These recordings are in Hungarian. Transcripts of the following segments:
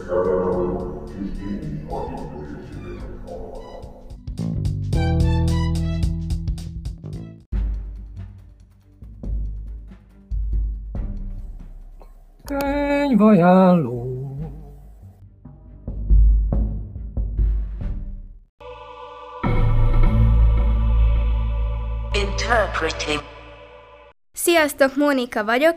ellene vagyok, és én is a hívőségeket hallgatom. Könyvajánló. Interpreting. Sziasztok, Mónika vagyok.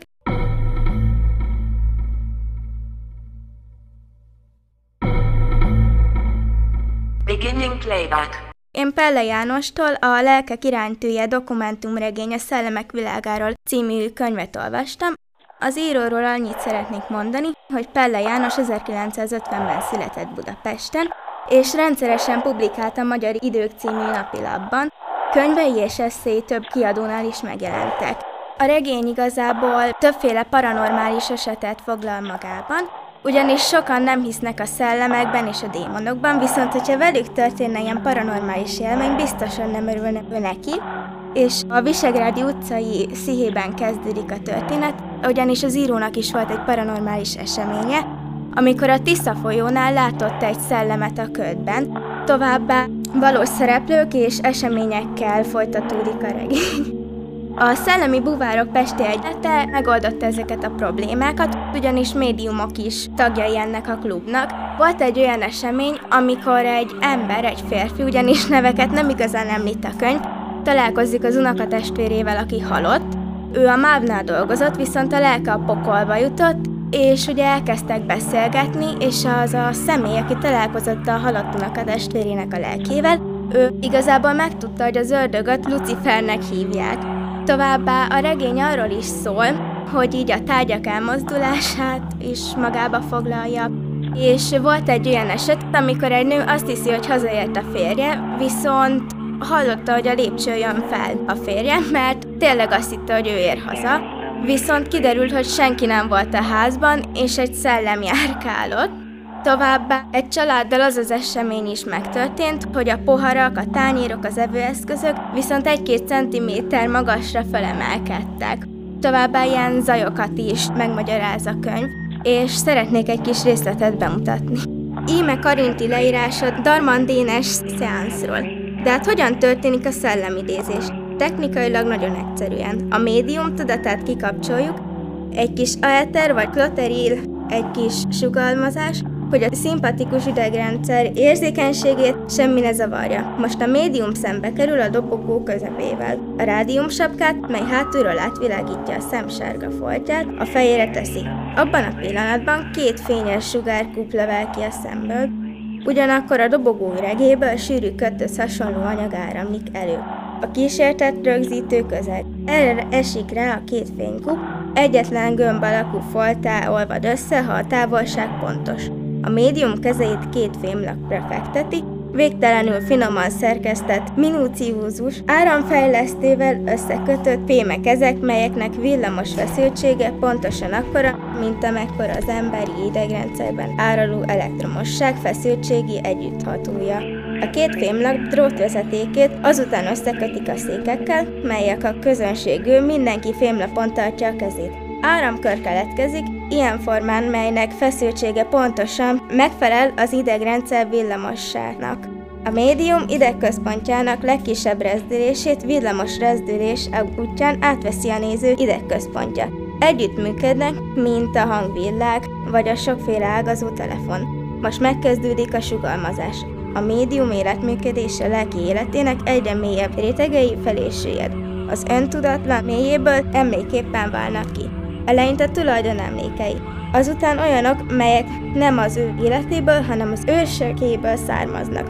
Beginning playback. Én Pelle Jánostól a Lelkek iránytűje dokumentumregény a Szellemek világáról című könyvet olvastam. Az íróról annyit szeretnék mondani, hogy Pelle János 1950-ben született Budapesten, és rendszeresen publikált a Magyar Idők című napilapban. Könyvei és esszéi több kiadónál is megjelentek. A regény igazából többféle paranormális esetet foglal magában, ugyanis sokan nem hisznek a szellemekben és a démonokban, viszont hogyha velük történne ilyen paranormális élmény, biztosan nem örülne neki, és a Visegrádi utcai szihében kezdődik a történet, ugyanis az írónak is volt egy paranormális eseménye, amikor a Tisza folyónál látott egy szellemet a ködben, továbbá valós szereplők és eseményekkel folytatódik a regény. A Szellemi Búvárok Pesti Egylete megoldotta ezeket a problémákat, ugyanis médiumok is tagjai ennek a klubnak. Volt egy olyan esemény, amikor egy ember, egy férfi, ugyanis neveket nem igazán említ a könyv, találkozik az unokatestvérével, aki halott. Ő a MÁV-nál dolgozott, viszont a lelke a pokolba jutott, és ugye elkezdtek beszélgetni, és az a személy, aki találkozott a halott unokatestvérének a lelkével, ő igazából megtudta, hogy az ördögöt Lucifernek hívják. Továbbá a regény arról is szól, hogy így a tárgyak elmozdulását is magába foglalja, és volt egy olyan eset, amikor egy nő azt hiszi, hogy hazaért a férje, viszont hallotta, hogy a lépcsőn jön fel a férje, mert tényleg azt hitte, hogy ő ér haza, viszont kiderült, hogy senki nem volt a házban, és egy szellem járkálott. Továbbá egy családdal az esemény is megtörtént, hogy a poharak, a tányérok, az evőeszközök viszont 1-2 centiméter magasra felemelkedtek. Továbbá ilyen zajokat is megmagyaráz a könyv, és szeretnék egy kis részletet bemutatni. Íme Karinti leírása Darman Dénes szeánszról. De hát hogyan történik a szellemidézés? Technikailag nagyon egyszerűen. A médium tudatát kikapcsoljuk, egy kis aeter vagy kloteril, egy kis sugallmazás, hogy a szimpatikus idegrendszer érzékenységét semmi ne zavarja. Most a médium szembe kerül a dobogó közepével. A rádiumsapkát, mely hátulról átvilágítja a szem sárga foltját, a fejére teszi. Abban a pillanatban 2 fényes sugárkúp lövel ki a szemből, ugyanakkor a dobogó üregéből sűrű kötthöz hasonló anyag áramlik elő. A kísértett rögzítő közeg. Erre esik rá a 2 fénykup, egyetlen gömb alakú folttá olvad össze, ha a távolság pontos. A médium kezeit 2 fémlapra fekteti, végtelenül finoman szerkesztett, minúciózus, áramfejlesztővel összekötött fémek ezek, melyeknek villamos feszültsége pontosan akkora, mint amekkora az emberi idegrendszerben áraló elektromosság feszültségi együtthatója. A 2 fémlap drótvezetékét azután összekötik a székekkel, melyek a közönségül mindenki fémlapon tartja a kezét. Áramkör keletkezik, ilyen formán, melynek feszültsége pontosan megfelel az idegrendszer villamosságnak. A médium idegközpontjának legkisebb rezdülését villamos rezdülés útján átveszi a néző idegközpontja. Együttműködnek, mint a hangvillág vagy a sokféle ágazó telefon. Most megkezdődik a sugalmazás. A médium életműködése lelki életének egyre mélyebb rétegei felé süllyed. Az öntudatlan mélyéből emléképpen válnak ki. Eleinte tulajdon emlékei, azután olyanok, melyek nem az ő életéből, hanem az ősökéből származnak.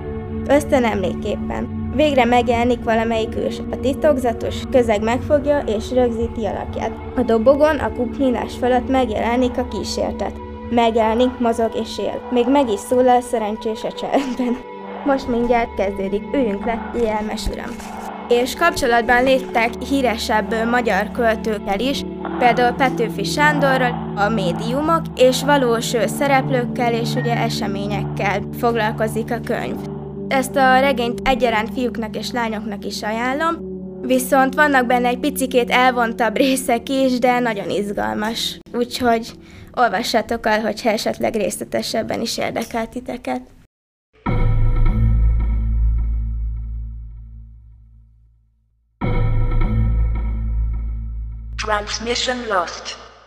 Ösztönemléképpen. Végre megjelenik valamelyik ős. A titokzatos közeg megfogja és rögzíti alakját. A dobogon, a kupnyilás fölött megjelenik a kísértet. Megjelenik, mozog és él. Még meg is szólal szerencsés a cselekben. Most mindjárt kezdődik. Üljünk le, jelmes uram! És kapcsolatban léptek híresebb magyar költőkkel is, például Petőfi Sándorral, a médiumok és valós szereplőkkel és ugye eseményekkel foglalkozik a könyv. Ezt a regényt egyaránt fiúknak és lányoknak is ajánlom, Viszont vannak benne egy picikét elvontabb részek is, de nagyon izgalmas. Úgyhogy olvassátok el, hogyha esetleg részletesebben is érdekel titeket. Transmission lost.